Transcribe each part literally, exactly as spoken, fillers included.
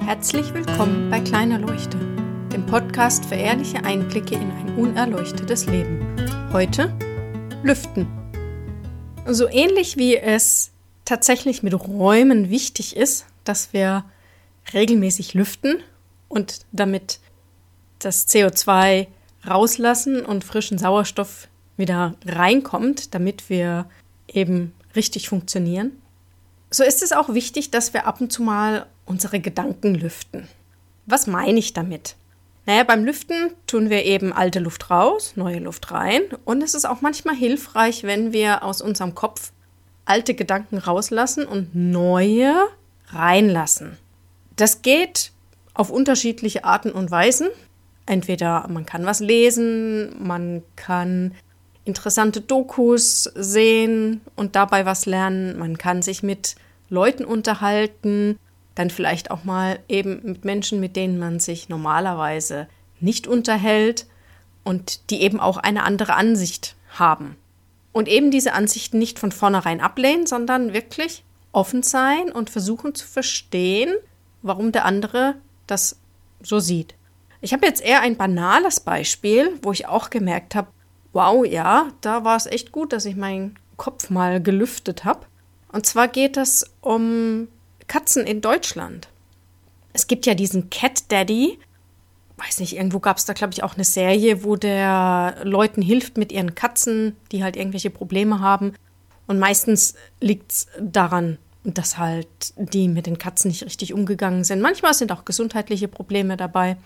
Herzlich willkommen bei Kleine Leuchte, dem Podcast für ehrliche Einblicke in ein unerleuchtetes Leben. Heute Lüften. So ähnlich wie es tatsächlich mit Räumen wichtig ist, dass wir regelmäßig lüften und damit das C O zwei rauslassen und frischen Sauerstoff wieder reinkommt, damit wir eben richtig funktionieren. So ist es auch wichtig, dass wir ab und zu mal unsere Gedanken lüften. Was meine ich damit? Naja, beim Lüften tun wir eben alte Luft raus, neue Luft rein. Und es ist auch manchmal hilfreich, wenn wir aus unserem Kopf alte Gedanken rauslassen und neue reinlassen. Das geht auf unterschiedliche Arten und Weisen. Entweder man kann was lesen, man kann interessante Dokus sehen und dabei was lernen. Man kann sich mit Leuten unterhalten, dann vielleicht auch mal eben mit Menschen, mit denen man sich normalerweise nicht unterhält und die eben auch eine andere Ansicht haben. Und eben diese Ansichten nicht von vornherein ablehnen, sondern wirklich offen sein und versuchen zu verstehen, warum der andere das so sieht. Ich habe jetzt eher ein banales Beispiel, wo ich auch gemerkt habe, wow, ja, da war es echt gut, dass ich meinen Kopf mal gelüftet habe. Und zwar geht es um Katzen in Deutschland. Es gibt ja diesen Cat Daddy, weiß nicht, irgendwo gab es da, glaube ich, auch eine Serie, wo der Leuten hilft mit ihren Katzen, die halt irgendwelche Probleme haben. Und meistens liegt es daran, dass halt die mit den Katzen nicht richtig umgegangen sind. Manchmal sind auch gesundheitliche Probleme dabei.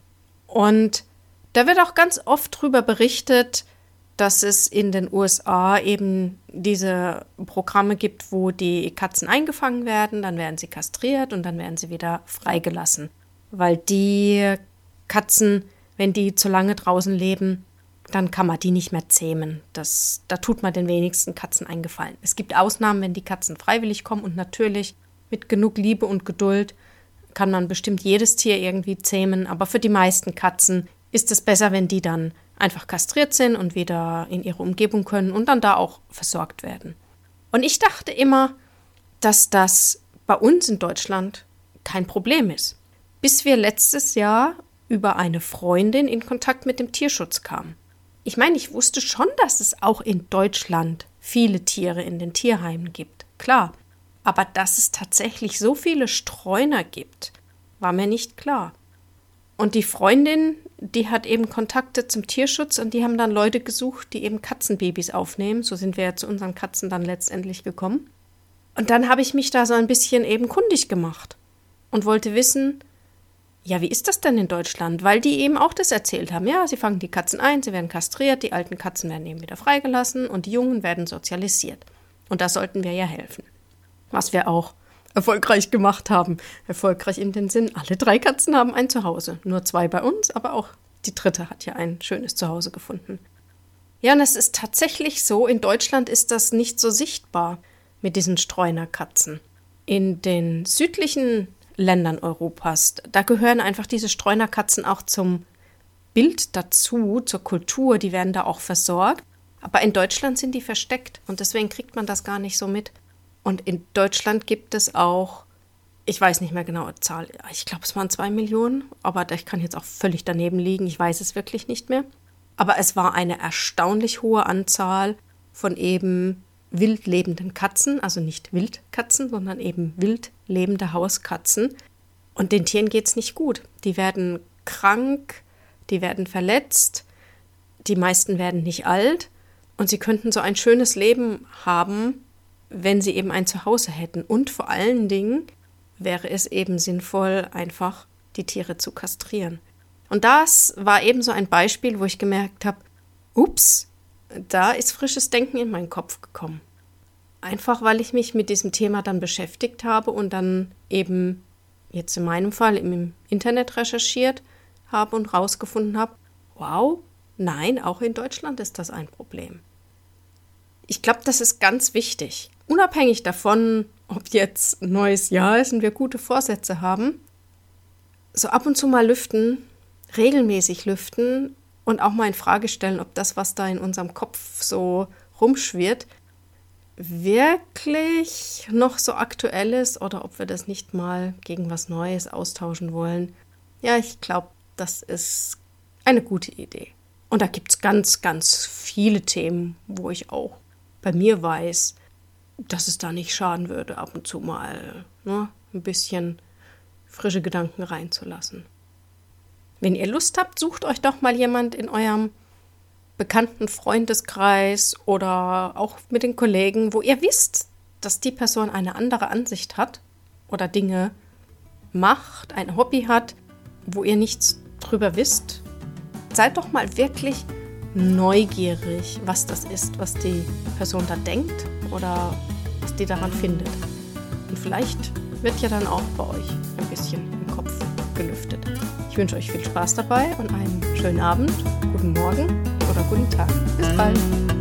Und da wird auch ganz oft darüber berichtet, dass es in den U S A eben diese Programme gibt, wo die Katzen eingefangen werden, dann werden sie kastriert und dann werden sie wieder freigelassen. Weil die Katzen, wenn die zu lange draußen leben, dann kann man die nicht mehr zähmen. Das, da tut man den wenigsten Katzen einen Gefallen. Es gibt Ausnahmen, wenn die Katzen freiwillig kommen und natürlich mit genug Liebe und Geduld kann man bestimmt jedes Tier irgendwie zähmen. Aber für die meisten Katzen ist es besser, wenn die dann einfach kastriert sind und wieder in ihre Umgebung können und dann da auch versorgt werden. Und ich dachte immer, dass das bei uns in Deutschland kein Problem ist. Bis wir letztes Jahr über eine Freundin in Kontakt mit dem Tierschutz kamen. Ich meine, ich wusste schon, dass es auch in Deutschland viele Tiere in den Tierheimen gibt. Klar. Aber dass es tatsächlich so viele Streuner gibt, war mir nicht klar. Und die Freundin, die hat eben Kontakte zum Tierschutz und die haben dann Leute gesucht, die eben Katzenbabys aufnehmen. So sind wir ja zu unseren Katzen dann letztendlich gekommen. Und dann habe ich mich da so ein bisschen eben kundig gemacht und wollte wissen, ja, wie ist das denn in Deutschland? Weil die eben auch das erzählt haben. Ja, sie fangen die Katzen ein, sie werden kastriert, die alten Katzen werden eben wieder freigelassen und die Jungen werden sozialisiert. Und da sollten wir ja helfen. Was wir auch erfolgreich gemacht haben. Erfolgreich in den Sinn, alle drei Katzen haben ein Zuhause. Nur zwei bei uns, aber auch die dritte hat ja ein schönes Zuhause gefunden. Ja, und es ist tatsächlich so, in Deutschland ist das nicht so sichtbar mit diesen Streunerkatzen. In den südlichen Ländern Europas, da gehören einfach diese Streunerkatzen auch zum Bild dazu, zur Kultur, die werden da auch versorgt. Aber in Deutschland sind die versteckt und deswegen kriegt man das gar nicht so mit. Und in Deutschland gibt es auch, ich weiß nicht mehr genau die Zahl, ich glaube es waren zwei Millionen, aber ich kann jetzt auch völlig daneben liegen, ich weiß es wirklich nicht mehr. Aber es war eine erstaunlich hohe Anzahl von eben wild lebenden Katzen, also nicht Wildkatzen, sondern eben wild lebende Hauskatzen. Und den Tieren geht es nicht gut. Die werden krank, die werden verletzt, die meisten werden nicht alt und sie könnten so ein schönes Leben haben, wenn sie eben ein Zuhause hätten. Und vor allen Dingen wäre es eben sinnvoll, einfach die Tiere zu kastrieren. Und das war eben so ein Beispiel, wo ich gemerkt habe, ups, da ist frisches Denken in meinen Kopf gekommen. Einfach, weil ich mich mit diesem Thema dann beschäftigt habe und dann eben jetzt in meinem Fall im Internet recherchiert habe und rausgefunden habe, wow, nein, auch in Deutschland ist das ein Problem. Ich glaube, das ist ganz wichtig. Unabhängig davon, ob jetzt ein neues Jahr ist und wir gute Vorsätze haben, so ab und zu mal lüften, regelmäßig lüften und auch mal in Frage stellen, ob das, was da in unserem Kopf so rumschwirrt, wirklich noch so aktuell ist oder ob wir das nicht mal gegen was Neues austauschen wollen. Ja, ich glaube, das ist eine gute Idee. Und da gibt es ganz, ganz viele Themen, wo ich auch bei mir weiß, dass es da nicht schaden würde, ab und zu mal ne, ein bisschen frische Gedanken reinzulassen. Wenn ihr Lust habt, sucht euch doch mal jemand in eurem bekannten Freundeskreis oder auch mit den Kollegen, wo ihr wisst, dass die Person eine andere Ansicht hat oder Dinge macht, ein Hobby hat, wo ihr nichts drüber wisst. Seid doch mal wirklich neugierig, was das ist, was die Person da denkt oder was die daran findet. Und vielleicht wird ja dann auch bei euch ein bisschen im Kopf gelüftet. Ich wünsche euch viel Spaß dabei und einen schönen Abend, guten Morgen oder guten Tag. Bis bald.